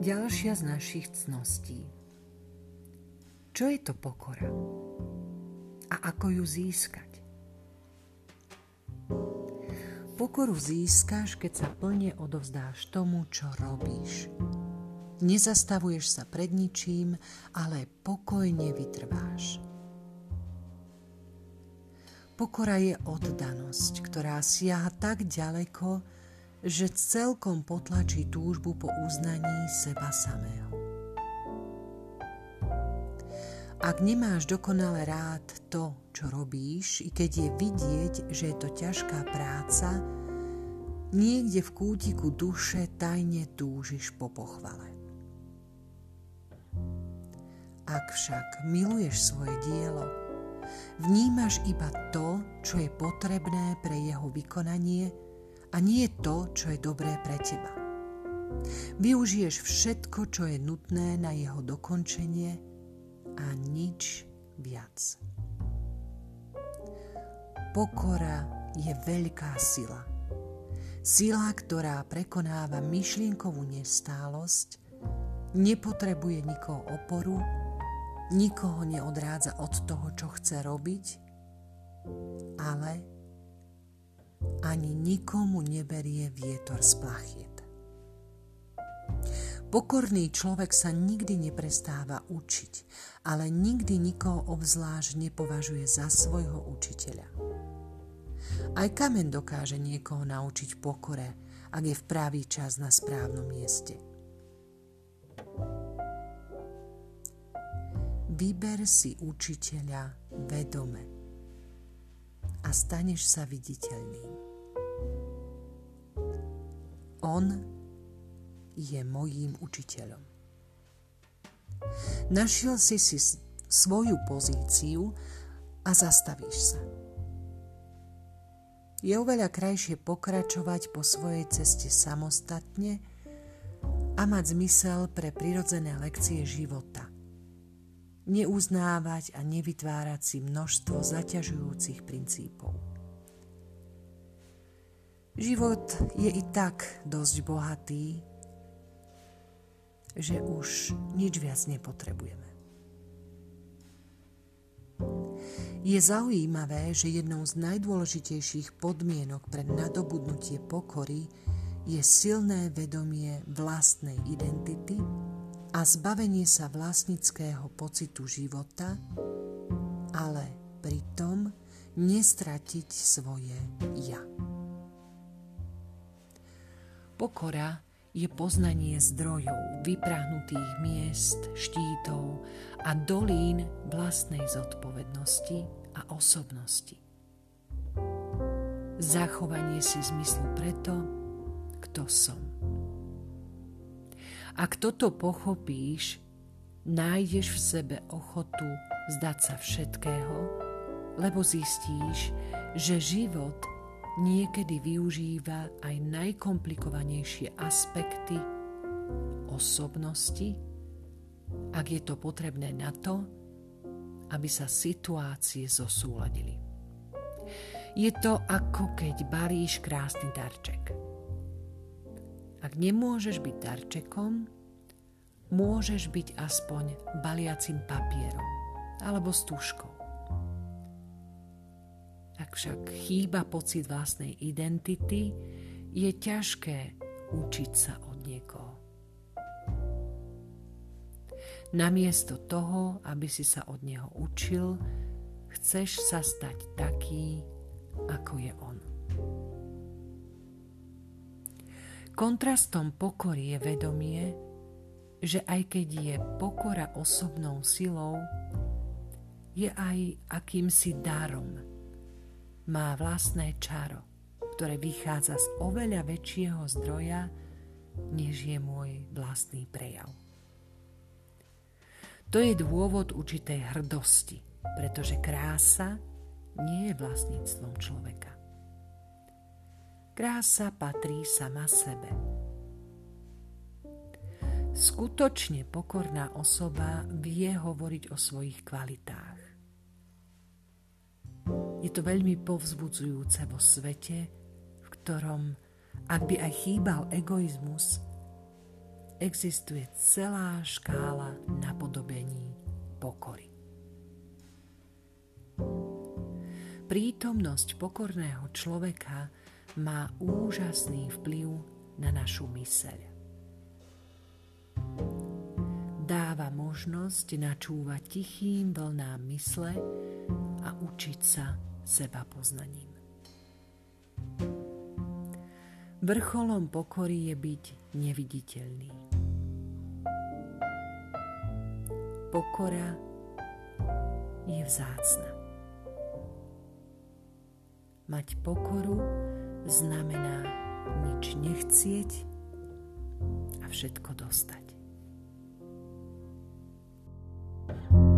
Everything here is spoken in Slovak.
ďalšia z našich cností. Čo je to pokora? A ako ju získať? Pokoru získaš, keď sa plne odovzdáš tomu, čo robíš. Nezastavuješ sa pred ničím, ale pokojne vytrváš. Pokora je oddanosť, ktorá siaha tak ďaleko, že celkom potlačí túžbu po uznaní seba samého. Ak nemáš dokonale rád to, čo robíš, i keď je vidieť, že je to ťažká práca, niekde v kútiku duše tajne túžiš po pochvale. Ak však miluješ svoje dielo, vnímaš iba to, čo je potrebné pre jeho vykonanie a nie to, čo je dobré pre teba. Využiješ všetko, čo je nutné na jeho dokončenie a nič viac. Pokora je veľká sila. Sila, ktorá prekonáva myšlienkovú nestálosť, nepotrebuje nikoho oporu, nikoho neodrádza od toho, čo chce robiť, ale ani nikomu neberie vietor z plachiet. Pokorný človek sa nikdy neprestáva učiť, ale nikdy nikoho obzvlášť nepovažuje za svojho učiteľa. Aj kameň dokáže niekoho naučiť pokore, ak je v pravý čas na správnom mieste. Vyber si učiteľa vedome a staneš sa viditeľným. On je mojím učiteľom. Našiel si svoju pozíciu a zastavíš sa. Je oveľa krajšie pokračovať po svojej ceste samostatne a mať zmysel pre prirodzené lekcie života. Neuznávať a nevytvárať si množstvo zaťažujúcich princípov. Život je i tak dosť bohatý, že už nič viac nepotrebujeme. Je zaujímavé, že jednou z najdôležitejších podmienok pre nadobudnutie pokory je silné vedomie vlastnej identity a zbavenie sa vlastníckeho pocitu života, ale pritom nestratiť svoje ja. Pokora je poznanie zdrojov, vyprahnutých miest, štítov a dolín vlastnej zodpovednosti a osobnosti. Zachovanie si zmyslu pre to, kto som. Ak toto pochopíš, nájdeš v sebe ochotu vzdať sa všetkého, lebo zistíš, že život niekedy využíva aj najkomplikovanejšie aspekty osobnosti, ak je to potrebné na to, aby sa situácie zosúladili. Je to ako keď balíš krásny darček. Ak nemôžeš byť darčekom, môžeš byť aspoň baliacim papierom alebo stúžkou. Ak však chýba pocit vlastnej identity, je ťažké učiť sa od niekoho. Namiesto toho, aby si sa od neho učil, chceš sa stať taký, ako je on. Kontrastom pokory je vedomie, že aj keď je pokora osobnou silou, je aj akýmsi darom. Má vlastné čaro, ktoré vychádza z oveľa väčšieho zdroja, než je môj vlastný prejav. To je dôvod určitej hrdosti, pretože krása nie je vlastníctvom človeka. Krása patrí sama sebe. Skutočne pokorná osoba vie hovoriť o svojich kvalitách. Je to veľmi povzbudzujúce vo svete, v ktorom, ak by aj chýbal egoizmus, existuje celá škála napodobení pokory. Prítomnosť pokorného človeka má úžasný vplyv na našu myseľ. Dáva možnosť načúvať tichým vlnám mysle a učiť sa seba poznaním. Vrcholom pokory je byť neviditeľný. Pokora je vzácna. Mať pokoru znamená nič nechcieť a všetko dostať.